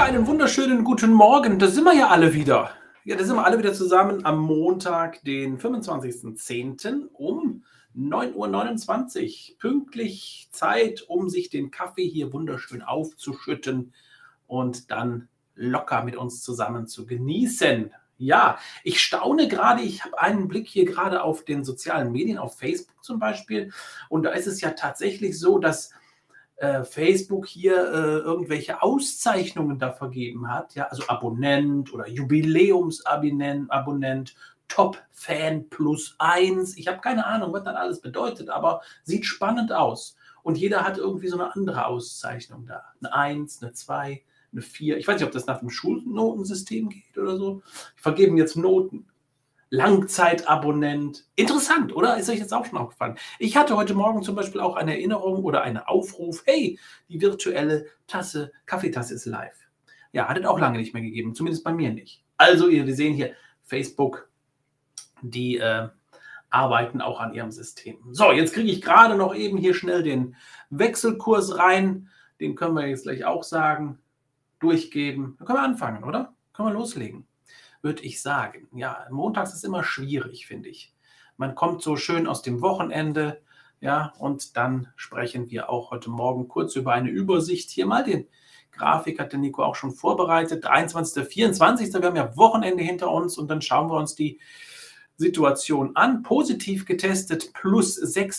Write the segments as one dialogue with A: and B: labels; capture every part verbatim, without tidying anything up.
A: einen wunderschönen guten Morgen. Da sind wir ja alle wieder. Ja, da sind wir alle wieder zusammen am Montag, den fünfundzwanzigsten zehnten um neun Uhr neunundzwanzig. Pünktlich Zeit, um sich den Kaffee hier wunderschön aufzuschütten und dann locker mit uns zusammen zu genießen. Ja, ich staune gerade, ich habe einen Blick hier gerade auf den sozialen Medien, auf Facebook zum Beispiel. Und da ist es ja tatsächlich so, dass äh, Facebook hier äh, irgendwelche Auszeichnungen da vergeben hat. Ja, also Abonnent oder Jubiläumsabonnent, Abonnent, Top-Fan plus eins. Ich habe keine Ahnung, was das alles bedeutet, aber sieht spannend aus. Und jeder hat irgendwie so eine andere Auszeichnung da. Eine eins, eine zwei, eine vier. Ich weiß nicht, ob das nach dem Schulnotensystem geht oder so. Die vergeben jetzt Noten. Langzeitabonnent. Interessant, oder? Ist euch jetzt auch schon aufgefallen? Ich hatte heute Morgen zum Beispiel auch eine Erinnerung oder einen Aufruf. Hey, die virtuelle Tasse, Kaffeetasse ist live. Ja, hat es auch lange nicht mehr gegeben, zumindest bei mir nicht. Also, wir sehen hier Facebook, die äh, arbeiten auch an ihrem System. So, jetzt kriege ich gerade noch eben hier schnell den Wechselkurs rein. Den können wir jetzt gleich auch sagen. Durchgeben. Dann können wir anfangen, oder? Können wir loslegen, würde ich sagen. Ja, montags ist immer schwierig, finde ich. Man kommt so schön aus dem Wochenende, ja, und dann sprechen wir auch heute Morgen kurz über eine Übersicht. Hier mal den Grafik hat der Nico auch schon vorbereitet. dreiundzwanzigsten vierundzwanzigsten Wir haben ja Wochenende hinter uns und dann schauen wir uns die Situation an. Positiv getestet plus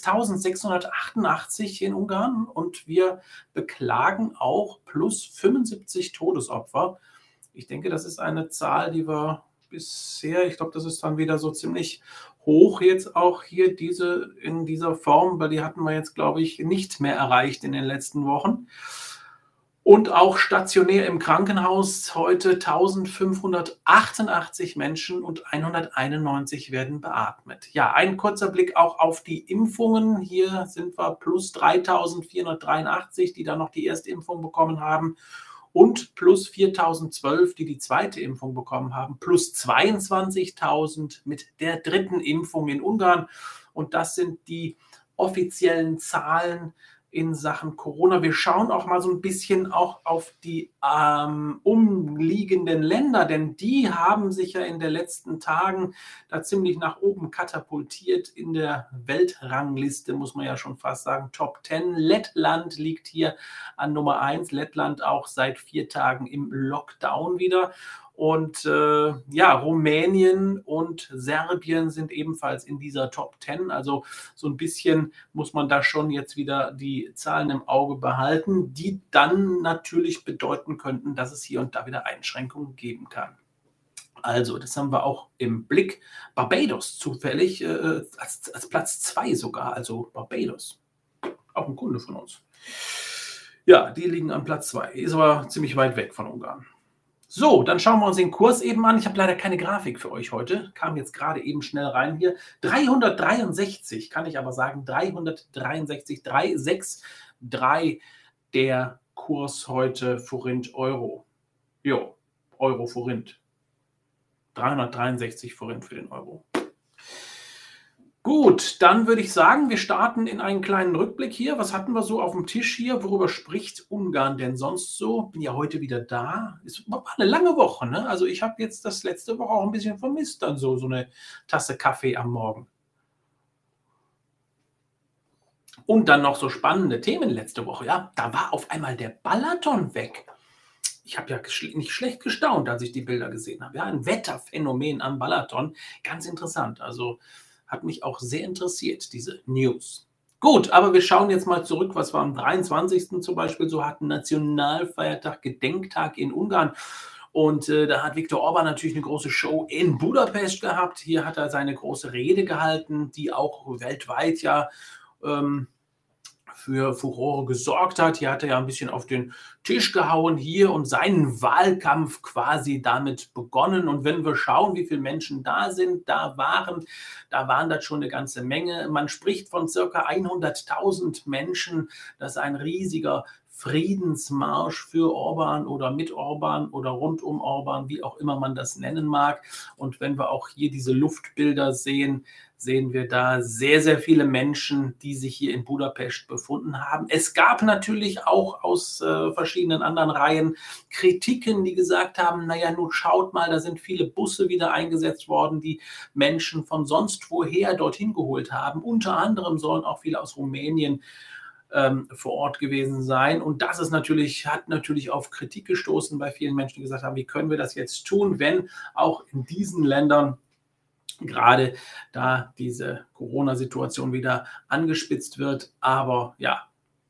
A: sechstausendsechshundertachtundachtzig in Ungarn und wir beklagen auch plus fünfundsiebzig Todesopfer. Ich denke, das ist eine Zahl, die wir bisher, ich glaube, das ist dann wieder so ziemlich hoch jetzt auch hier diese in dieser Form, weil die hatten wir jetzt, glaube ich, nicht mehr erreicht in den letzten Wochen. Und auch stationär im Krankenhaus heute eintausendfünfhundertachtundachtzig Menschen und hunderteinundneunzig werden beatmet. Ja, ein kurzer Blick auch auf die Impfungen. Hier sind wir plus dreitausendvierhundertdreiundachtzig, die da noch die erste Impfung bekommen haben. Und plus viertausendzwölf, die die zweite Impfung bekommen haben. Plus zweiundzwanzigtausend mit der dritten Impfung in Ungarn. Und das sind die offiziellen Zahlen in Sachen Corona. Wir schauen auch mal so ein bisschen auch auf die ähm, umliegenden Länder, denn die haben sich ja in den letzten Tagen da ziemlich nach oben katapultiert in der Weltrangliste, muss man ja schon fast sagen, Top zehn. Lettland liegt hier an Nummer eins. Lettland auch seit vier Tagen im Lockdown wieder. Und äh, ja, Rumänien und Serbien sind ebenfalls in dieser Top zehn. Also so ein bisschen muss man da schon jetzt wieder die Zahlen im Auge behalten, die dann natürlich bedeuten könnten, dass es hier und da wieder Einschränkungen geben kann. Also, das haben wir auch im Blick. Barbados zufällig äh, als, als Platz zwei sogar. Also Barbados, auch ein Kunde von uns. Ja, die liegen an Platz zwei. Ist aber ziemlich weit weg von Ungarn. So, dann schauen wir uns den Kurs eben an. Ich habe leider keine Grafik für euch heute. Kam jetzt gerade eben schnell rein hier. dreihundertdreiundsechzig, kann ich aber sagen. dreihundertdreiundsechzig, dreihundertdreiundsechzig der Kurs heute Forint Euro. Jo, Euro Forint. dreihundertdreiundsechzig Forint für den Euro. Gut, dann würde ich sagen, wir starten in einen kleinen Rückblick hier. Was hatten wir so auf dem Tisch hier? Worüber spricht Ungarn denn sonst so? Bin ja heute wieder da. Es war eine lange Woche, ne? Also ich habe jetzt das letzte Woche auch ein bisschen vermisst, dann so, so eine Tasse Kaffee am Morgen. Und dann noch so spannende Themen letzte Woche. Ja, da war auf einmal der Balaton weg. Ich habe ja nicht schlecht gestaunt, als ich die Bilder gesehen habe. Ja, ein Wetterphänomen am Balaton. Ganz interessant. Also hat mich auch sehr interessiert, diese News. Gut, aber wir schauen jetzt mal zurück, was wir am dreiundzwanzigsten zum Beispiel so hatten. Nationalfeiertag, Gedenktag in Ungarn. Und äh, da hat Viktor Orbán natürlich eine große Show in Budapest gehabt. Hier hat er seine große Rede gehalten, die auch weltweit ja ähm, für Furore gesorgt hat. Hier hat er ja ein bisschen auf den Tisch gehauen hier und seinen Wahlkampf quasi damit begonnen. Und wenn wir schauen, wie viele Menschen da sind, da waren, da waren das schon eine ganze Menge. Man spricht von circa hunderttausend Menschen. Das ist ein riesiger Friedensmarsch für Orbán oder mit Orbán oder rund um Orbán, wie auch immer man das nennen mag. Und wenn wir auch hier diese Luftbilder sehen, sehen wir da sehr, sehr viele Menschen, die sich hier in Budapest befunden haben. Es gab natürlich auch aus äh, verschiedenen anderen Reihen Kritiken, die gesagt haben, naja, nun schaut mal, da sind viele Busse wieder eingesetzt worden, die Menschen von sonst woher dorthin geholt haben. Unter anderem sollen auch viele aus Rumänien ähm, vor Ort gewesen sein. Und das ist natürlich, hat natürlich auf Kritik gestoßen bei vielen Menschen, die gesagt haben, wie können wir das jetzt tun, wenn auch in diesen Ländern gerade da diese Corona-Situation wieder angespitzt wird. Aber ja,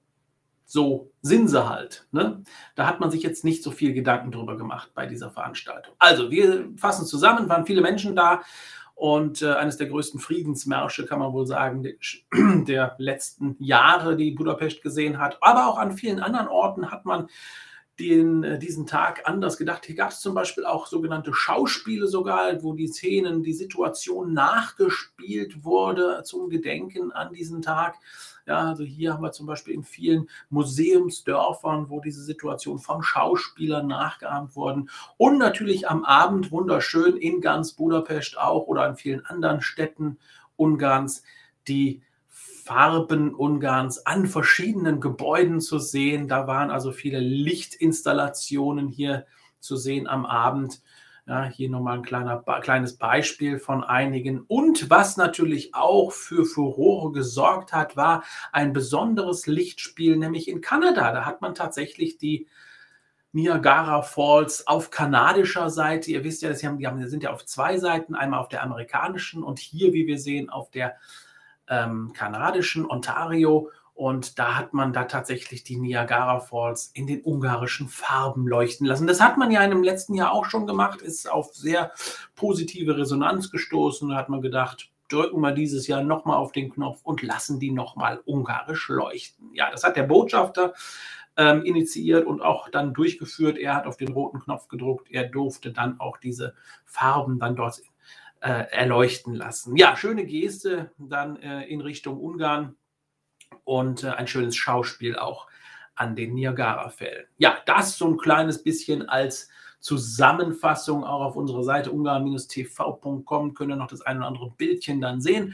A: so sind sie halt. Ne? Da hat man sich jetzt nicht so viel Gedanken drüber gemacht bei dieser Veranstaltung. Also, wir fassen zusammen, waren viele Menschen da und äh, eines der größten Friedensmärsche, kann man wohl sagen, der, der letzten Jahre, die Budapest gesehen hat. Aber auch an vielen anderen Orten hat man den, diesen Tag anders gedacht. Hier gab es zum Beispiel auch sogenannte Schauspiele sogar, wo die Szenen, die Situation nachgespielt wurde zum Gedenken an diesen Tag. Ja, also hier haben wir zum Beispiel in vielen Museumsdörfern, wo diese Situation von Schauspielern nachgeahmt wurden. Und natürlich am Abend wunderschön in ganz Budapest auch oder in vielen anderen Städten Ungarns die Farben Ungarns an verschiedenen Gebäuden zu sehen. Da waren also viele Lichtinstallationen hier zu sehen am Abend. Ja, hier nochmal ein kleiner, kleines Beispiel von einigen. Und was natürlich auch für Furore gesorgt hat, war ein besonderes Lichtspiel, nämlich in Kanada. Da hat man tatsächlich die Niagara Falls auf kanadischer Seite. Ihr wisst ja, die, haben, die, haben, die sind ja auf zwei Seiten, einmal auf der amerikanischen und hier, wie wir sehen, auf der ähm, kanadischen Ontario. Und da hat man da tatsächlich die Niagara Falls in den ungarischen Farben leuchten lassen. Das hat man ja im letzten Jahr auch schon gemacht, ist auf sehr positive Resonanz gestoßen. Da hat man gedacht, drücken wir dieses Jahr nochmal auf den Knopf und lassen die nochmal ungarisch leuchten. Ja, das hat der Botschafter ähm, initiiert und auch dann durchgeführt. Er hat auf den roten Knopf gedruckt. Er durfte dann auch diese Farben dann dort äh, erleuchten lassen. Ja, schöne Geste dann äh, in Richtung Ungarn. Und äh, ein schönes Schauspiel auch an den Niagara-Fällen. Ja, das so ein kleines bisschen als Zusammenfassung auch auf unserer Seite ungarn Bindestrich t v punkt com könnt ihr noch das ein oder andere Bildchen dann sehen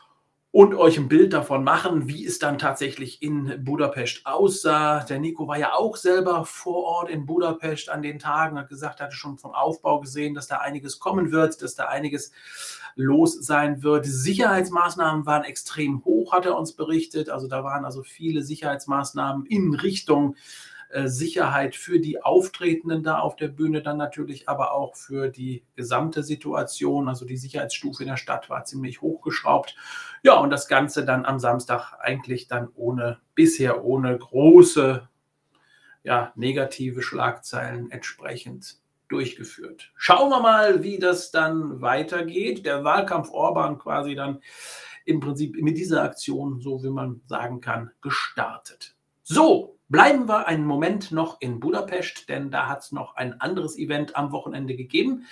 A: und euch ein Bild davon machen, wie es dann tatsächlich in Budapest aussah. Der Nico war ja auch selber vor Ort in Budapest an den Tagen, hat gesagt, er hatte schon vom Aufbau gesehen, dass da einiges kommen wird, dass da einiges los sein wird. Die Sicherheitsmaßnahmen waren extrem hoch, hat er uns berichtet. Also da waren also viele Sicherheitsmaßnahmen in Richtung äh, Sicherheit für die Auftretenden da auf der Bühne, dann natürlich aber auch für die gesamte Situation. Also die Sicherheitsstufe in der Stadt war ziemlich hochgeschraubt. Ja, und das Ganze dann am Samstag eigentlich dann ohne, bisher ohne große, ja, negative Schlagzeilen entsprechend durchgeführt. Schauen wir mal, wie das dann weitergeht. Der Wahlkampf Orban quasi dann im Prinzip mit dieser Aktion, so wie man sagen kann, gestartet. So, bleiben wir einen Moment noch in Budapest, denn da hat es noch ein anderes Event am Wochenende gegeben.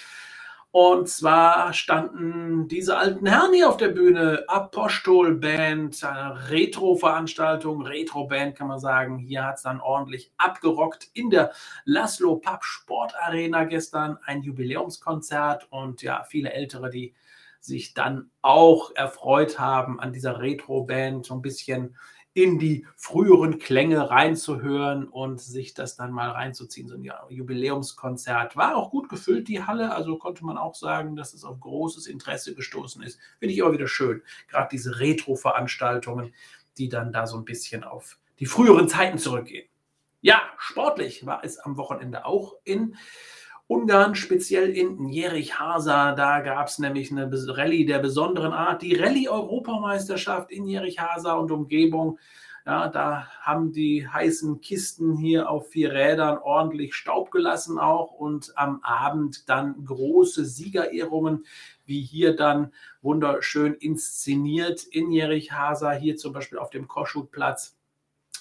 A: Und zwar standen diese alten Herren hier auf der Bühne, Apostol Band, eine Retro-Veranstaltung, Retro-Band kann man sagen. Hier hat es dann ordentlich abgerockt in der Laszlo Papp Sportarena gestern, ein Jubiläumskonzert und ja, viele Ältere, die sich dann auch erfreut haben an dieser Retro-Band, so ein bisschen in die früheren Klänge reinzuhören und sich das dann mal reinzuziehen. So ein Jubiläumskonzert war auch gut gefüllt, die Halle, also konnte man auch sagen, dass es auf großes Interesse gestoßen ist. Finde ich immer wieder schön, gerade diese Retro-Veranstaltungen, die dann da so ein bisschen auf die früheren Zeiten zurückgehen. Ja, sportlich war es am Wochenende auch in Ungarn, speziell in Nyíregyháza. Da gab es nämlich eine Rallye der besonderen Art, die Rallye-Europameisterschaft in Nyíregyháza und Umgebung. Ja, da haben die heißen Kisten hier auf vier Rädern ordentlich Staub gelassen auch und am Abend dann große Siegerehrungen, wie hier dann wunderschön inszeniert in Nyíregyháza, hier zum Beispiel auf dem Kossuth-Platz.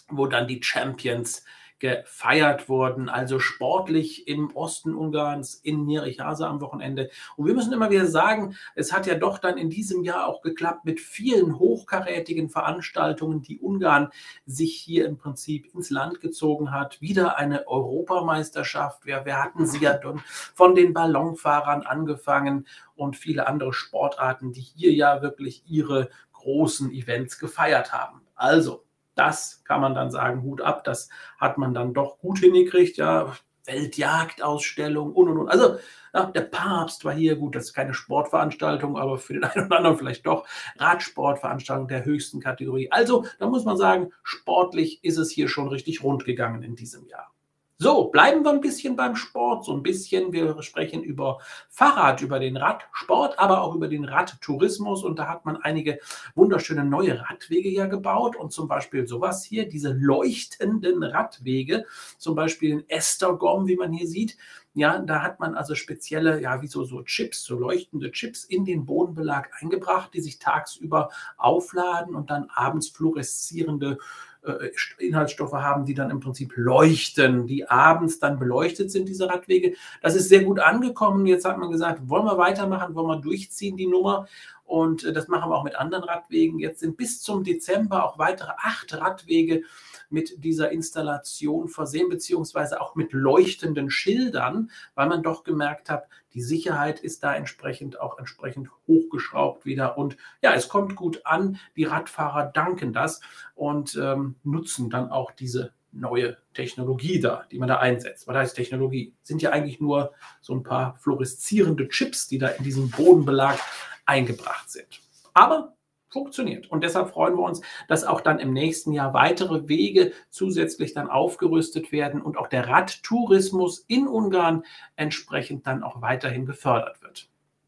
A: wo dann die Champions gefeiert wurden, also sportlich im Osten Ungarns in Nyíregyháza am Wochenende. Und wir müssen immer wieder sagen, es hat ja doch dann in diesem Jahr auch geklappt mit vielen hochkarätigen Veranstaltungen, die Ungarn sich hier im Prinzip ins Land gezogen hat. Wieder eine Europameisterschaft. Wir, wir hatten sie ja von den Ballonfahrern angefangen und viele andere Sportarten, die hier ja wirklich ihre großen Events gefeiert haben. Also, das kann man dann sagen, Hut ab, das hat man dann doch gut hingekriegt, ja, Weltjagdausstellung und und und. Also ja, der Papst war hier, gut, das ist keine Sportveranstaltung, aber für den einen oder anderen vielleicht doch Radsportveranstaltung der höchsten Kategorie. Also da muss man sagen, sportlich ist es hier schon richtig rund gegangen in diesem Jahr. So, bleiben wir ein bisschen beim Sport, so ein bisschen. Wir sprechen über Fahrrad, über den Radsport, aber auch über den Radtourismus. Und da hat man einige wunderschöne neue Radwege ja gebaut. Und zum Beispiel sowas hier, diese leuchtenden Radwege, zum Beispiel in Esztergom, wie man hier sieht. Ja, da hat man also spezielle, ja, wie so, so Chips, so leuchtende Chips in den Bodenbelag eingebracht, die sich tagsüber aufladen und dann abends fluoreszierende Inhaltsstoffe haben, die dann im Prinzip leuchten, die abends dann beleuchtet sind, diese Radwege. Das ist sehr gut angekommen. Jetzt hat man gesagt, wollen wir weitermachen, wollen wir durchziehen, die Nummer. Und das machen wir auch mit anderen Radwegen. Jetzt sind bis zum Dezember auch weitere acht Radwege mit dieser Installation versehen, beziehungsweise auch mit leuchtenden Schildern, weil man doch gemerkt hat, die Sicherheit ist da entsprechend auch entsprechend hochgeschraubt wieder. Und ja, es kommt gut an. Die Radfahrer danken das und ähm, nutzen dann auch diese neue Technologie da, die man da einsetzt. Was heißt Technologie? Sind ja eigentlich nur so ein paar fluoreszierende Chips, die da in diesem Bodenbelag eingebracht sind. Aber funktioniert. Und deshalb freuen wir uns, dass auch dann im nächsten Jahr weitere Wege zusätzlich dann aufgerüstet werden und auch der Radtourismus in Ungarn entsprechend dann auch weiterhin gefördert wird.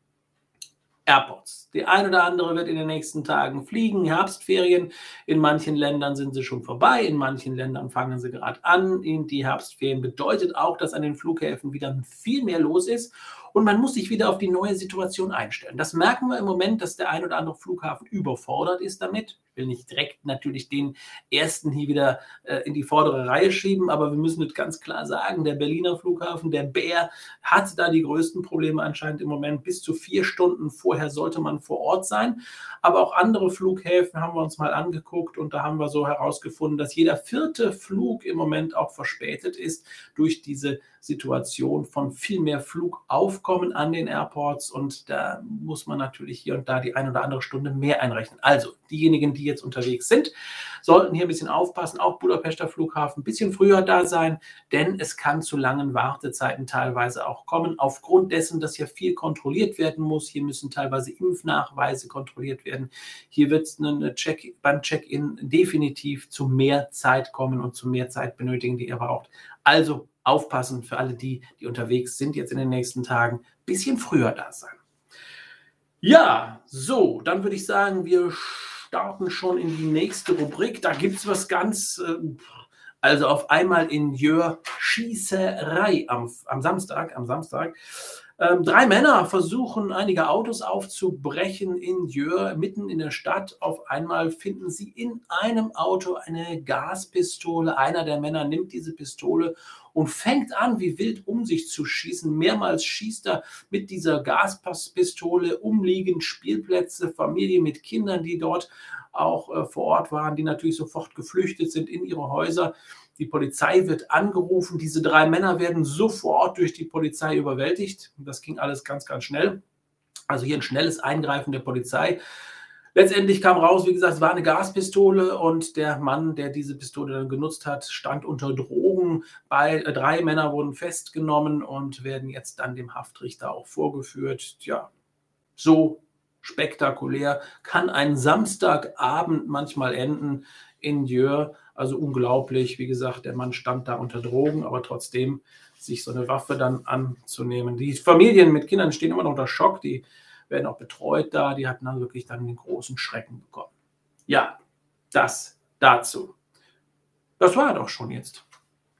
A: AirPods. Die ein oder andere wird in den nächsten Tagen fliegen, Herbstferien. In manchen Ländern sind sie schon vorbei, in manchen Ländern fangen sie gerade an. In die Herbstferien bedeutet auch, dass an den Flughäfen wieder viel mehr los ist und man muss sich wieder auf die neue Situation einstellen. Das merken wir im Moment, dass der ein oder andere Flughafen überfordert ist damit. Ich will nicht direkt natürlich den ersten hier wieder äh, in die vordere Reihe schieben, aber wir müssen jetzt ganz klar sagen, der Berliner Flughafen, der B E R, hat da die größten Probleme anscheinend im Moment. Bis zu vier Stunden vorher sollte man vor Ort sein. Aber auch andere Flughäfen haben wir uns mal angeguckt und da haben wir so herausgefunden, dass jeder vierte Flug im Moment auch verspätet ist durch diese Situation von viel mehr Flugaufkommen an den Airports und da muss man natürlich hier und da die ein oder andere Stunde mehr einrechnen. Also diejenigen, die jetzt unterwegs sind, sollten hier ein bisschen aufpassen, auch Budapester Flughafen ein bisschen früher da sein, denn es kann zu langen Wartezeiten teilweise auch kommen, aufgrund dessen, dass hier viel kontrolliert werden muss. Hier müssen teilweise Impfnachweise kontrolliert werden. Hier wird es eine Check, beim Check-in definitiv zu mehr Zeit kommen und zu mehr Zeit benötigen, die ihr braucht. Also aufpassen für alle die, die unterwegs sind jetzt in den nächsten Tagen, ein bisschen früher da sein. Ja, so, dann würde ich sagen, wir starten schon in die nächste Rubrik. Da gibt es was ganz, äh, also auf einmal in Győr Schießerei am, am Samstag, am Samstag. Ähm, drei Männer versuchen, einige Autos aufzubrechen in Győr, mitten in der Stadt. Auf einmal finden sie in einem Auto eine Gaspistole. Einer der Männer nimmt diese Pistole und fängt an, wie wild um sich zu schießen. Mehrmals schießt er mit dieser Gaspistole umliegend Spielplätze, Familien mit Kindern, die dort auch äh, vor Ort waren, die natürlich sofort geflüchtet sind in ihre Häuser. Die Polizei wird angerufen. Diese drei Männer werden sofort durch die Polizei überwältigt. Das ging alles ganz, ganz schnell. Also hier ein schnelles Eingreifen der Polizei. Letztendlich kam raus, wie gesagt, es war eine Gaspistole und der Mann, der diese Pistole dann genutzt hat, stand unter Drogen. Bei, äh, drei Männer wurden festgenommen und werden jetzt dann dem Haftrichter auch vorgeführt. Ja, so spektakulär kann ein Samstagabend manchmal enden in Győr. Also unglaublich, wie gesagt, der Mann stand da unter Drogen, aber trotzdem sich so eine Waffe dann anzunehmen. Die Familien mit Kindern stehen immer noch unter Schock, die werden auch betreut da, die hatten dann wirklich dann den großen Schrecken bekommen. Ja, das dazu. Das war doch schon jetzt.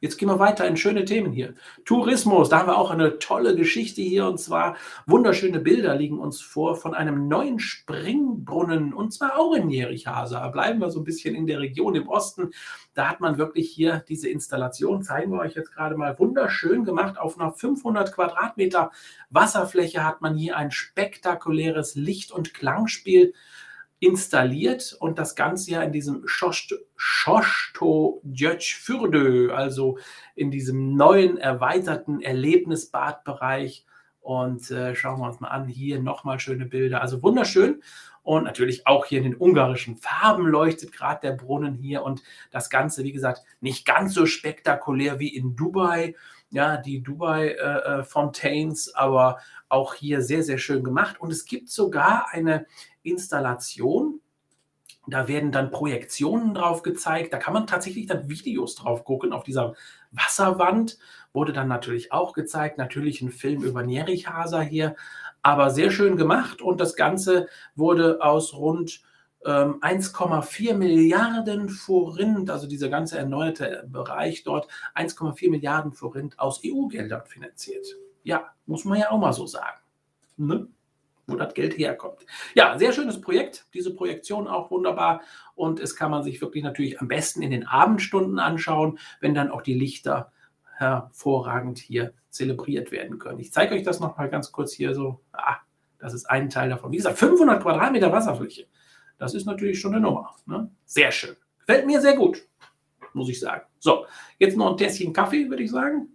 A: jetzt gehen wir weiter in schöne Themen hier. Tourismus, da haben wir auch eine tolle Geschichte hier und zwar wunderschöne Bilder liegen uns vor von einem neuen Springbrunnen und zwar auch in Jerichhasa. Bleiben wir so ein bisschen in der Region im Osten. Da hat man wirklich hier diese Installation, zeigen wir euch jetzt gerade mal, wunderschön gemacht. Auf einer fünfhundert Quadratmeter Wasserfläche hat man hier ein spektakuläres Licht- und Klangspiel installiert und das Ganze ja in diesem Schosto György-fürdő, also in diesem neuen erweiterten Erlebnisbadbereich. Und äh, schauen wir uns mal an, hier nochmal schöne Bilder, also wunderschön. Und natürlich auch hier in den ungarischen Farben leuchtet gerade der Brunnen hier und das Ganze, wie gesagt, nicht ganz so spektakulär wie in Dubai, ja, die Dubai äh, Fontaines, aber auch hier sehr, sehr schön gemacht. Und es gibt sogar eine Installation, da werden dann Projektionen drauf gezeigt, da kann man tatsächlich dann Videos drauf gucken. Auf dieser Wasserwand wurde dann natürlich auch gezeigt, natürlich ein Film über Jerichhasa hier, aber sehr schön gemacht und das Ganze wurde aus rund ähm, eins Komma vier Milliarden Forint, also dieser ganze erneuerte Bereich dort, eins Komma vier Milliarden Forint aus E U-Geldern finanziert. Ja, muss man ja auch mal so sagen, ne? Wo das Geld herkommt. Ja, sehr schönes Projekt, diese Projektion auch wunderbar und es kann man sich wirklich natürlich am besten in den Abendstunden anschauen, wenn dann auch die Lichter hervorragend hier zelebriert werden können. Ich zeige euch das noch mal ganz kurz hier so. Ah, das ist ein Teil davon. Wie gesagt, fünfhundert Quadratmeter Wasserfläche. Das ist natürlich schon eine Nummer, ne? Sehr schön. Gefällt mir sehr gut, muss ich sagen. So, jetzt noch ein Tässchen Kaffee, würde ich sagen.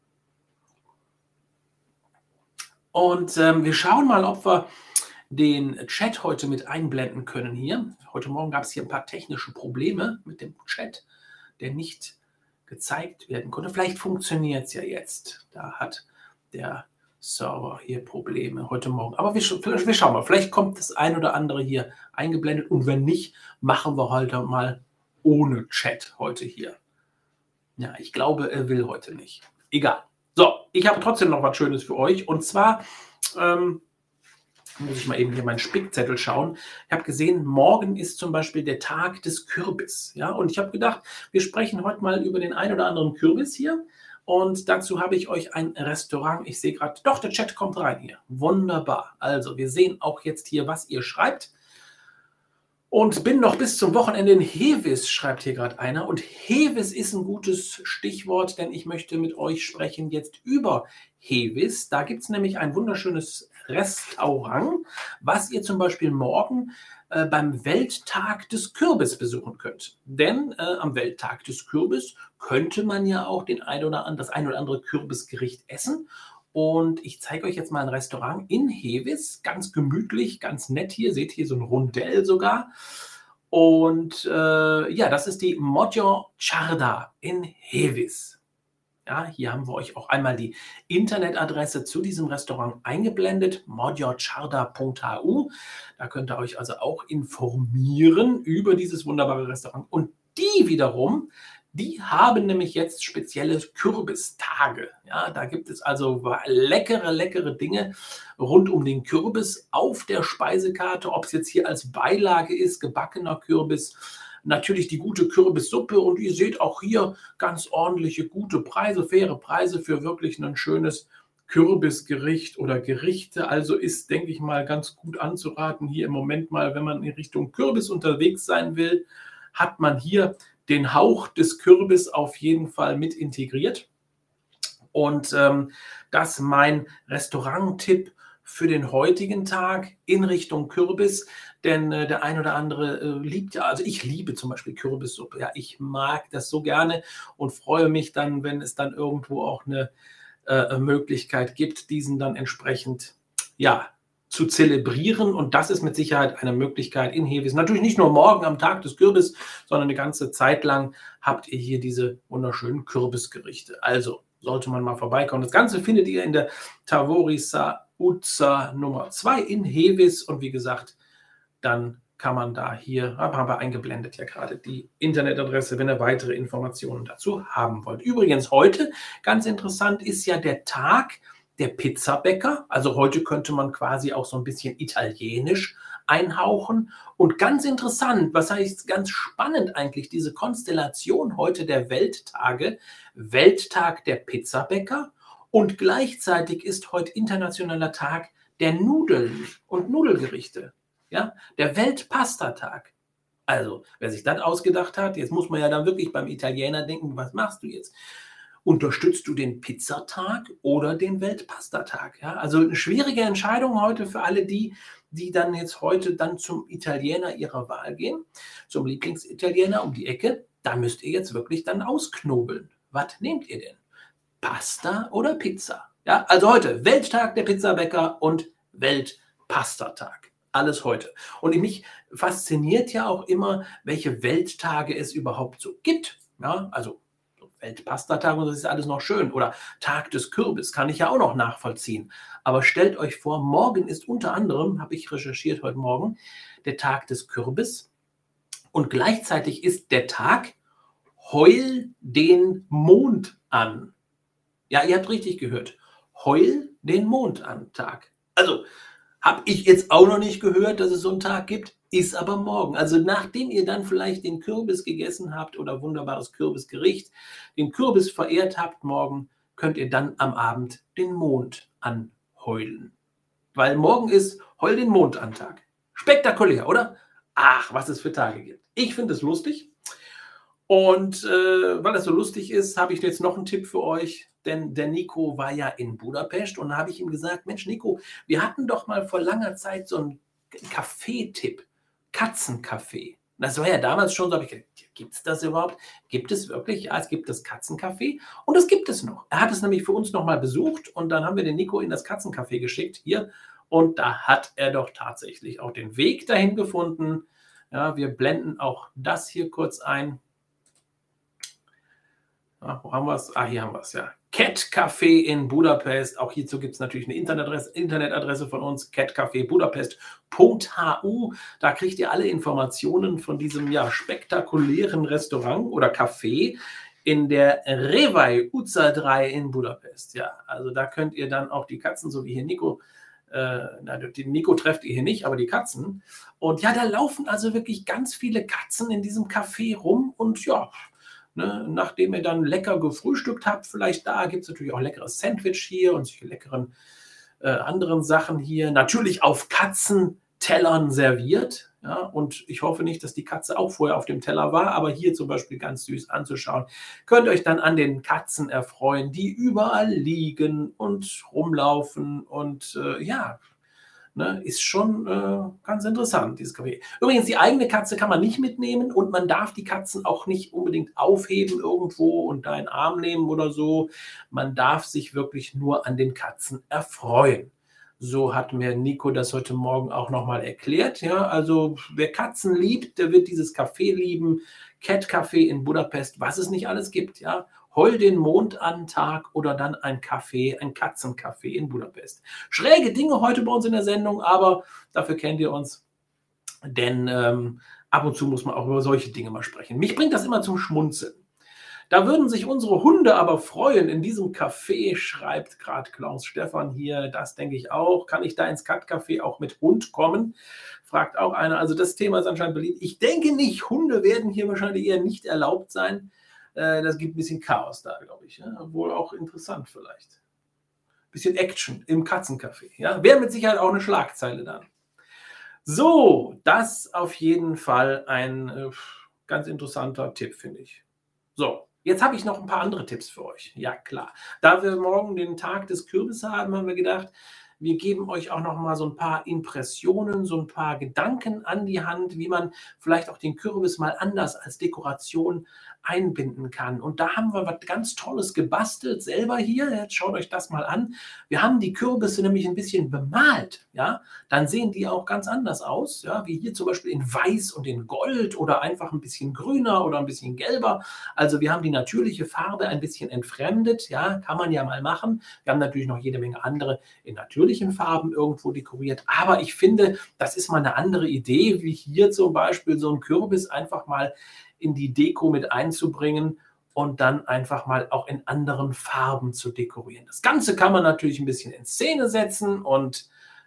A: Und ähm, wir schauen mal, ob wir den Chat heute mit einblenden können hier. Heute Morgen gab es hier ein paar technische Probleme mit dem Chat, der nicht gezeigt werden konnte. Vielleicht funktioniert es ja jetzt. Da hat der Server hier Probleme heute Morgen. Aber wir, wir schauen mal, vielleicht kommt das ein oder andere hier eingeblendet und wenn nicht, machen wir heute mal ohne Chat heute hier. Ja, ich glaube, er will heute nicht. Egal. So, ich habe trotzdem noch was Schönes für euch. Und zwar ähm, muss ich mal eben hier meinen Spickzettel schauen. Ich habe gesehen, morgen ist zum Beispiel der Tag des Kürbis. Ja, und ich habe gedacht, wir sprechen heute mal über den ein oder anderen Kürbis hier. Und dazu habe ich euch ein Restaurant. Ich sehe gerade, doch, der Chat kommt rein hier. Wunderbar. Also, wir sehen auch jetzt hier, was ihr schreibt. Und bin noch bis zum Wochenende in Hevis, schreibt hier gerade einer. Und Hevis ist ein gutes Stichwort, denn ich möchte mit euch sprechen jetzt über Hevis. Da gibt es nämlich ein wunderschönes Restaurant, was ihr zum Beispiel morgen äh, beim Welttag des Kürbis besuchen könnt. Denn äh, am Welttag des Kürbis könnte man ja auch den ein oder an, das ein oder andere Kürbisgericht essen. Und ich zeige euch jetzt mal ein Restaurant in Hevis, ganz gemütlich, ganz nett hier. Seht hier so ein Rondell sogar. Und äh, ja, das ist die Magyar Csarda in Hevis. Ja, hier haben wir euch auch einmal die Internetadresse zu diesem Restaurant eingeblendet, magyar csarda punkt h u. Da könnt ihr euch also auch informieren über dieses wunderbare Restaurant. Und die wiederum, die haben nämlich jetzt spezielle Kürbistage. Ja, da gibt es also leckere, leckere Dinge rund um den Kürbis auf der Speisekarte. Ob es jetzt hier als Beilage ist, gebackener Kürbis, natürlich die gute Kürbissuppe. Und ihr seht auch hier ganz ordentliche, gute Preise, faire Preise für wirklich ein schönes Kürbisgericht oder Gerichte. Also ist, denke ich mal, ganz gut anzuraten. Hier im Moment mal, wenn man in Richtung Kürbis unterwegs sein will, hat man hier den Hauch des Kürbis auf jeden Fall mit integriert. Und ähm, das mein Restaurant-Tipp für den heutigen Tag in Richtung Kürbis. Denn äh, der ein oder andere äh, liebt ja, also ich liebe zum Beispiel Kürbissuppe. Ja, ich mag das so gerne und freue mich dann, wenn es dann irgendwo auch eine äh, Möglichkeit gibt, diesen dann entsprechend, ja, zu zelebrieren und das ist mit Sicherheit eine Möglichkeit in Hevis. Natürlich nicht nur morgen am Tag des Kürbis, sondern eine ganze Zeit lang habt ihr hier diese wunderschönen Kürbisgerichte. Also sollte man mal vorbeikommen. Das Ganze findet ihr in der Tavorisa Uza Nummer zwei in Hevis und wie gesagt, dann kann man da hier, haben wir eingeblendet ja gerade die Internetadresse, wenn ihr weitere Informationen dazu haben wollt. Übrigens heute, ganz interessant, ist ja der Tag der Pizzabäcker. Also heute könnte man quasi auch so ein bisschen italienisch einhauchen. Und ganz interessant, was heißt ganz spannend eigentlich, diese Konstellation heute der Welttage, Welttag der Pizzabäcker und gleichzeitig ist heute internationaler Tag der Nudeln und Nudelgerichte, ja, der Weltpastatag. Also, wer sich das ausgedacht hat, jetzt muss man ja dann wirklich beim Italiener denken, was machst du jetzt? Unterstützt du den Pizzatag oder den Weltpastatag? Ja, also eine schwierige Entscheidung heute für alle die, die dann jetzt heute dann zum Italiener ihrer Wahl gehen, zum Lieblingsitaliener um die Ecke. Da müsst ihr jetzt wirklich dann ausknobeln. Was nehmt ihr denn? Pasta oder Pizza? Ja, also heute Welttag der Pizzabäcker und Weltpastatag. Alles heute. Und mich fasziniert ja auch immer, welche Welttage es überhaupt so gibt. Ja, also Weltpastatag und das ist alles noch schön. Oder Tag des Kürbis kann ich ja auch noch nachvollziehen. Aber stellt euch vor, morgen ist unter anderem, habe ich recherchiert heute Morgen, der Tag des Kürbis. Und gleichzeitig ist der Tag Heul den Mond an. Ja, ihr habt richtig gehört. Heul den Mond an Tag. Also, habe ich jetzt auch noch nicht gehört, dass es so einen Tag gibt, ist aber morgen. Also nachdem ihr dann vielleicht den Kürbis gegessen habt oder wunderbares Kürbisgericht, den Kürbis verehrt habt morgen, könnt ihr dann am Abend den Mond anheulen. Weil morgen ist Heul den Mond an Tag. Spektakulär, oder? Ach, was es für Tage gibt. Ich finde es lustig. Und äh, weil es so lustig ist, habe ich jetzt noch einen Tipp für euch. Denn der Nico war ja in Budapest und da habe ich ihm gesagt, Mensch Nico, wir hatten doch mal vor langer Zeit so einen Kaffeetipp, Katzenkaffee. Das war ja damals schon so, habe ich gedacht, gibt es das überhaupt? Gibt es wirklich? Ja, es gibt das Katzenkaffee und das gibt es noch. Er hat es nämlich für uns nochmal besucht und dann haben wir den Nico in das Katzenkaffee geschickt hier und da hat er doch tatsächlich auch den Weg dahin gefunden. Ja, wir blenden auch das hier kurz ein. Ja, wo haben wir es? Ah, hier haben wir es, ja. Cat Café in Budapest. Auch hierzu gibt es natürlich eine Internetadresse, Internetadresse von uns, catcafé budapest punkt h u. Da kriegt ihr alle Informationen von diesem ja, spektakulären Restaurant oder Café in der Revaj Utca drei in Budapest. Ja, also da könnt ihr dann auch die Katzen, so wie hier Nico, äh, na, den Nico trefft ihr hier nicht, aber die Katzen. Und ja, da laufen also wirklich ganz viele Katzen in diesem Café rum und ja, Ne, nachdem ihr dann lecker gefrühstückt habt, vielleicht da gibt es natürlich auch leckeres Sandwich hier und solche leckeren äh, anderen Sachen hier. Natürlich auf Katzentellern serviert. Ja, und ich hoffe nicht, dass die Katze auch vorher auf dem Teller war, aber hier zum Beispiel ganz süß anzuschauen. Könnt ihr euch dann an den Katzen erfreuen, die überall liegen und rumlaufen und äh, ja, Ne, ist schon äh, ganz interessant, dieses Café. Übrigens, die eigene Katze kann man nicht mitnehmen und man darf die Katzen auch nicht unbedingt aufheben irgendwo und da in den Arm nehmen oder so. Man darf sich wirklich nur an den Katzen erfreuen. So hat mir Nico das heute Morgen auch nochmal erklärt. Ja, also wer Katzen liebt, der wird dieses Café lieben. Cat Café in Budapest, was es nicht alles gibt, ja. Heul den Mond an Tag oder dann ein Café, ein Katzencafé in Budapest. Schräge Dinge heute bei uns in der Sendung, aber dafür kennt ihr uns, denn ähm, ab und zu muss man auch über solche Dinge mal sprechen. Mich bringt das immer zum Schmunzeln. Da würden sich unsere Hunde aber freuen in diesem Café, schreibt gerade Klaus Stefan hier. Das denke ich auch. Kann ich da ins Cat-Café auch mit Hund kommen? Fragt auch einer. Also das Thema ist anscheinend beliebt. Ich denke nicht. Hunde werden hier wahrscheinlich eher nicht erlaubt sein. Das gibt ein bisschen Chaos da, glaube ich. Ja? Wohl auch interessant vielleicht. Ein bisschen Action im Katzencafé. Ja? Wäre mit Sicherheit auch eine Schlagzeile dann. So, das auf jeden Fall ein äh, ganz interessanter Tipp, finde ich. So, jetzt habe ich noch ein paar andere Tipps für euch. Ja, klar. Da wir morgen den Tag des Kürbis haben, haben wir gedacht, wir geben euch auch noch mal so ein paar Impressionen, so ein paar Gedanken an die Hand, wie man vielleicht auch den Kürbis mal anders als Dekoration einbinden kann. Und da haben wir was ganz Tolles gebastelt, selber hier. Jetzt schaut euch das mal an. Wir haben die Kürbisse nämlich ein bisschen bemalt. Ja? Dann sehen die auch ganz anders aus, ja? Wie hier zum Beispiel in Weiß und in Gold oder einfach ein bisschen grüner oder ein bisschen gelber. Also wir haben die natürliche Farbe ein bisschen entfremdet. Ja? Kann man ja mal machen. Wir haben natürlich noch jede Menge andere in natürlichen Farben irgendwo dekoriert. Aber ich finde, das ist mal eine andere Idee, wie hier zum Beispiel so ein Kürbis einfach mal in die Deko mit einzubringen und dann einfach mal auch in anderen Farben zu dekorieren. Das Ganze kann man natürlich ein bisschen in Szene setzen und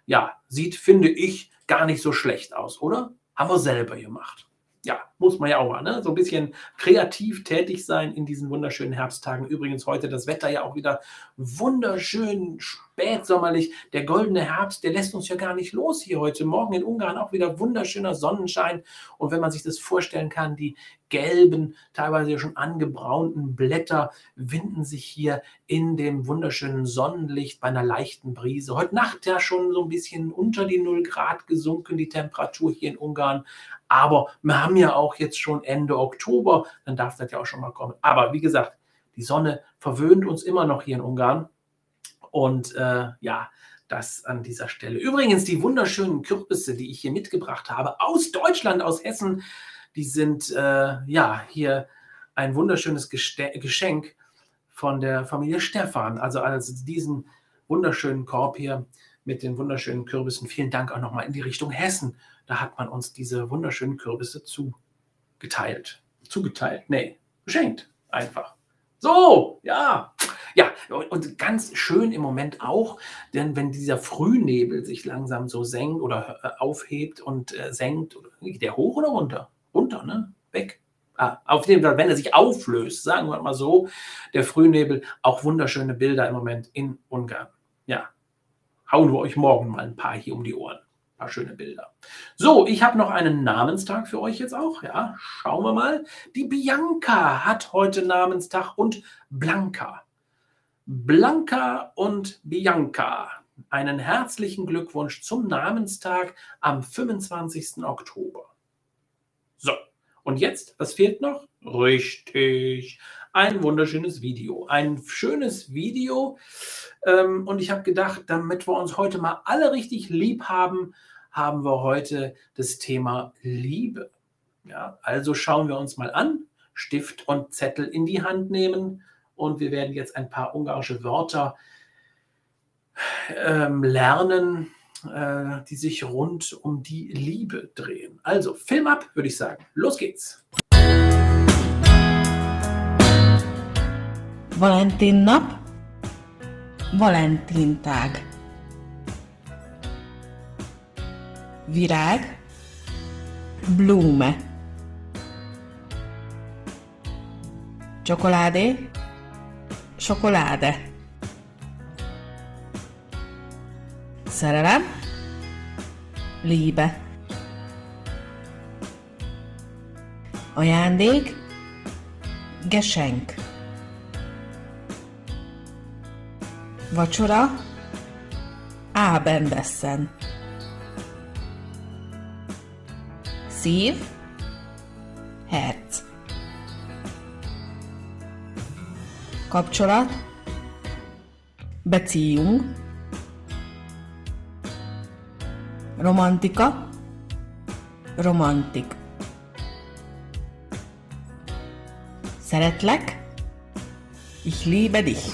A: ja, sieht, finde ich, gar nicht so schlecht aus, oder? Haben wir selber gemacht. Ja, muss man ja auch mal, ne? So ein bisschen kreativ tätig sein in diesen wunderschönen Herbsttagen. Übrigens heute das Wetter ja auch wieder wunderschön spätsommerlich. Der goldene Herbst, der lässt uns ja gar nicht los hier heute Morgen in Ungarn. Auch wieder wunderschöner Sonnenschein. Und wenn man sich das vorstellen kann, die gelben, teilweise ja schon angebraunten Blätter winden sich hier in dem wunderschönen Sonnenlicht bei einer leichten Brise. Heute Nacht ja schon so ein bisschen unter die null Grad gesunken, die Temperatur hier in Ungarn. Aber wir haben ja auch jetzt schon Ende Oktober, dann darf das ja auch schon mal kommen. Aber wie gesagt, die Sonne verwöhnt uns immer noch hier in Ungarn. Und äh, ja, das an dieser Stelle. Übrigens, die wunderschönen Kürbisse, die ich hier mitgebracht habe, aus Deutschland, aus Hessen, die sind äh, ja hier ein wunderschönes Geste Geschenk von der Familie Stephan. Also, also diesen wunderschönen Korb hier mit den wunderschönen Kürbissen. Vielen Dank auch nochmal in die Richtung Hessen. Da hat man uns diese wunderschönen Kürbisse zugeteilt. Zugeteilt? Nee, geschenkt. Einfach. So, ja. Ja, und ganz schön im Moment auch, denn wenn dieser Frühnebel sich langsam so senkt oder aufhebt und äh, senkt, geht der hoch oder runter? Runter, ne? Weg. Ah, auf jeden Fall, wenn er sich auflöst, sagen wir mal so, der Frühnebel, auch wunderschöne Bilder im Moment in Ungarn. Ja, hauen wir euch morgen mal ein paar hier um die Ohren. Ein paar schöne Bilder. So, ich habe noch einen Namenstag für euch jetzt auch. Ja, schauen wir mal. Die Bianca hat heute Namenstag und Blanca. Blanca und Bianca. Einen herzlichen Glückwunsch zum Namenstag am fünfundzwanzigsten Oktober. So, und jetzt, was fehlt noch? Richtig, ein wunderschönes Video. Ein schönes Video. Ähm, und ich habe gedacht, damit wir uns heute mal alle richtig lieb haben, haben wir heute das Thema Liebe. Ja, also schauen wir uns mal an, Stift und Zettel in die Hand nehmen und wir werden jetzt ein paar ungarische Wörter ähm, lernen, äh, die sich rund um die Liebe drehen. Also, Film ab, würde ich sagen. Los geht's.
B: Valentine-nap, Valentintag. Virág, Blume. Csokoládé, Schokolade. Szerelem, Liebe. Ajándék, Geschenk. Vacsora, Abendessen. Szív, Herz. Kapcsolat, Beziehung. Romantika, Romantik. Szeretlek, ich liebe dich.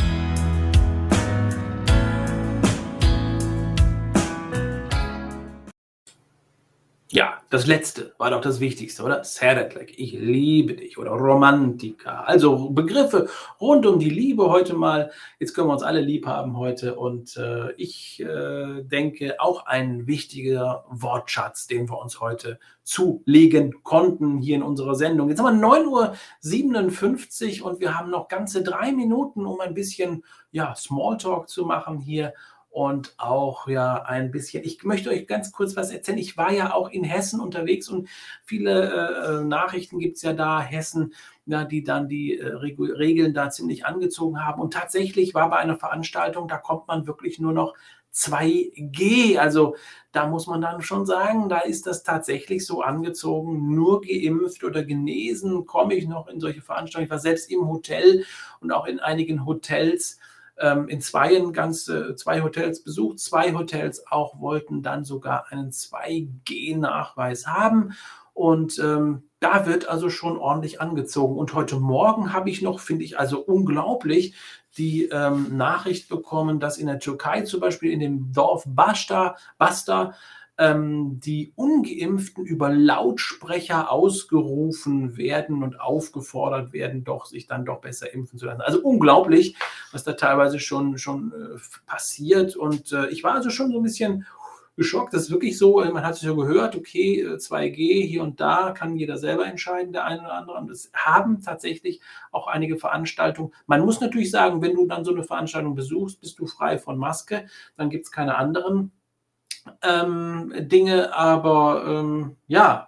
A: Ja, das letzte war doch das Wichtigste, oder? Szeretlek, ich liebe dich oder Romantika. Also Begriffe rund um die Liebe heute mal. Jetzt können wir uns alle lieb haben heute und äh, ich äh, denke auch ein wichtiger Wortschatz, den wir uns heute zulegen konnten hier in unserer Sendung. Jetzt haben wir neun Uhr siebenundfünfzig und wir haben noch ganze drei Minuten, um ein bisschen ja, Smalltalk zu machen hier. Und auch ja ein bisschen, ich möchte euch ganz kurz was erzählen. Ich war ja auch in Hessen unterwegs und viele äh, Nachrichten gibt es ja da, Hessen, ja, die dann die äh, Regeln da ziemlich angezogen haben. Und tatsächlich war bei einer Veranstaltung, da kommt man wirklich nur noch zwei G. Also da muss man dann schon sagen, da ist das tatsächlich so angezogen, nur geimpft oder genesen komme ich noch in solche Veranstaltungen. Ich war selbst im Hotel und auch in einigen Hotels, in zweien ganz, zwei Hotels besucht, zwei Hotels auch wollten dann sogar einen zwei G Nachweis haben und ähm, da wird also schon ordentlich angezogen. Und heute Morgen habe ich noch, finde ich also unglaublich, die ähm, Nachricht bekommen, dass in der Türkei zum Beispiel in dem Dorf Basta, Basta ähm, die Ungeimpften über Lautsprecher ausgerufen werden und aufgefordert werden, doch sich dann doch besser impfen zu lassen. Also unglaublich, was da teilweise schon, schon äh, passiert. Und äh, ich war also schon so ein bisschen geschockt. Das ist wirklich so, man hat es ja gehört, okay, zwei G hier und da kann jeder selber entscheiden, der eine oder andere. Und es haben tatsächlich auch einige Veranstaltungen. Man muss natürlich sagen, wenn du dann so eine Veranstaltung besuchst, bist du frei von Maske, dann gibt es keine anderen ähm, Dinge. Aber ähm, ja,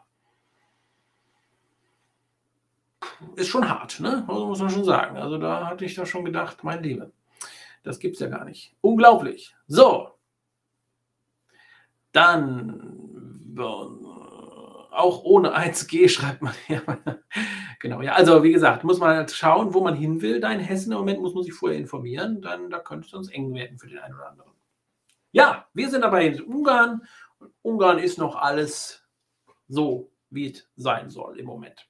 A: ist schon hart, ne? Also muss man schon sagen. Also da hatte ich doch schon gedacht, mein Lieber, das gibt es ja gar nicht. Unglaublich. So. Dann, äh, auch ohne eins G schreibt man hier. Genau, ja, also wie gesagt, muss man halt schauen, wo man hin will. Da in Hessen im Moment muss man sich vorher informieren, dann da könnte es sonst eng werden für den einen oder anderen. Ja, wir sind aber in Ungarn und Ungarn ist noch alles so, wie es sein soll im Moment.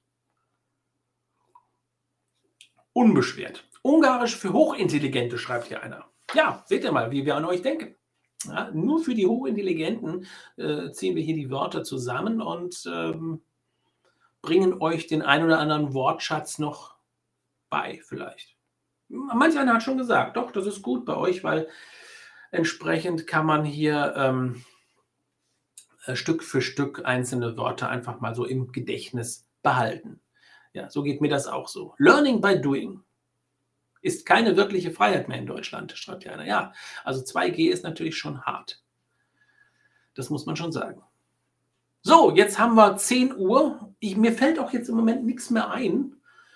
A: Unbeschwert. Ungarisch für Hochintelligente, schreibt hier einer. Ja, seht ihr mal, wie wir an euch denken. Ja, nur für die Hochintelligenten äh, ziehen wir hier die Wörter zusammen und ähm, bringen euch den ein oder anderen Wortschatz noch bei, vielleicht. Manch einer hat schon gesagt, doch, das ist gut bei euch, weil entsprechend kann man hier ähm, äh, Stück für Stück einzelne Wörter einfach mal so im Gedächtnis behalten. Ja, so geht mir das auch so. Learning by doing ist keine wirkliche Freiheit mehr in Deutschland, schreibt ja einer. Ja, also zwei G ist natürlich schon hart. Das muss man schon sagen. So, jetzt haben wir zehn Uhr. Ich, mir fällt auch jetzt im Moment nichts mehr ein.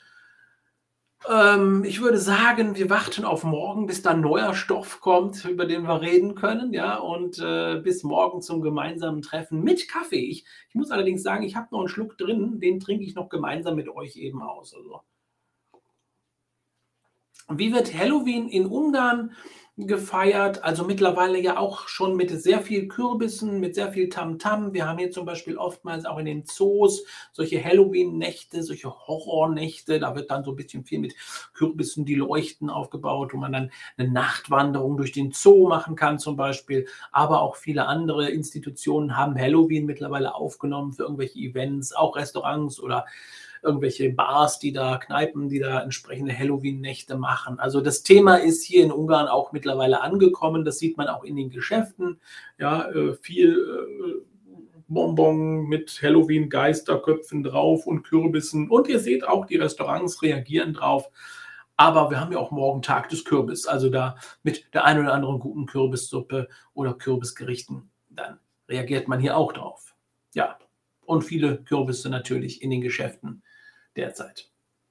A: Ähm, ich würde sagen, wir warten auf morgen, bis da neuer Stoff kommt, über den wir reden können. Ja, und äh, bis morgen zum gemeinsamen Treffen mit Kaffee. Ich, ich muss allerdings sagen, ich habe noch einen Schluck drin, den trinke ich noch gemeinsam mit euch eben aus. Also. Wie wird Halloween in Ungarn gefeiert? Also mittlerweile ja auch schon mit sehr viel Kürbissen, mit sehr viel Tamtam. Wir haben hier zum Beispiel oftmals auch in den Zoos solche Halloween-Nächte, solche Horrornächte. Da wird dann so ein bisschen viel mit Kürbissen, die leuchten, aufgebaut, wo man dann eine Nachtwanderung durch den Zoo machen kann zum Beispiel. Aber auch viele andere Institutionen haben Halloween mittlerweile aufgenommen für irgendwelche Events, auch Restaurants oder irgendwelche Bars, die da, Kneipen, die da entsprechende Halloween-Nächte machen. Also das Thema ist hier in Ungarn auch mittlerweile angekommen. Das sieht man auch in den Geschäften. Ja, äh, viel äh, Bonbon mit Halloween-Geisterköpfen drauf und Kürbissen. Und ihr seht auch, die Restaurants reagieren drauf. Aber wir haben ja auch morgen Tag des Kürbis. Also da mit der einen oder anderen guten Kürbissuppe oder Kürbisgerichten, dann reagiert man hier auch drauf. Ja, und viele Kürbisse natürlich in den Geschäften derzeit.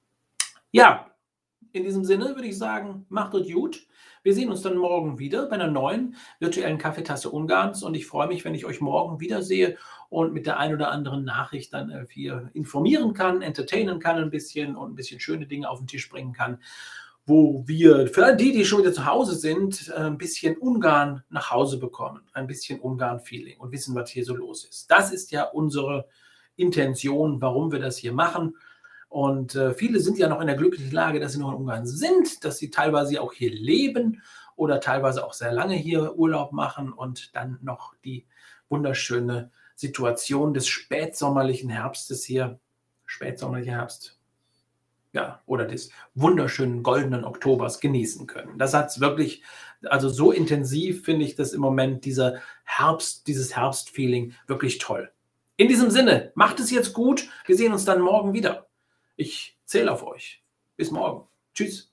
A: Ja, in diesem Sinne würde ich sagen, macht es gut. Wir sehen uns dann morgen wieder bei einer neuen virtuellen Kaffeetasse Ungarns und ich freue mich, wenn ich euch morgen wiedersehe und mit der ein oder anderen Nachricht dann äh, hier informieren kann, entertainen kann ein bisschen und ein bisschen schöne Dinge auf den Tisch bringen kann, wo wir für die, die schon wieder zu Hause sind, äh, ein bisschen Ungarn nach Hause bekommen, ein bisschen Ungarn-Feeling und wissen, was hier so los ist. Das ist ja unsere Intention, warum wir das hier machen. Und äh, viele sind ja noch in der glücklichen Lage, dass sie noch in Ungarn sind, dass sie teilweise auch hier leben oder teilweise auch sehr lange hier Urlaub machen und dann noch die wunderschöne Situation des spätsommerlichen Herbstes hier, spätsommerlicher Herbst, ja, oder des wunderschönen goldenen Oktobers genießen können. Das hat es wirklich, also so intensiv finde ich das im Moment, dieser Herbst, dieses Herbstfeeling wirklich toll. In diesem Sinne, macht es jetzt gut. Wir sehen uns dann morgen wieder. Ich zähle auf euch. Bis morgen. Tschüss.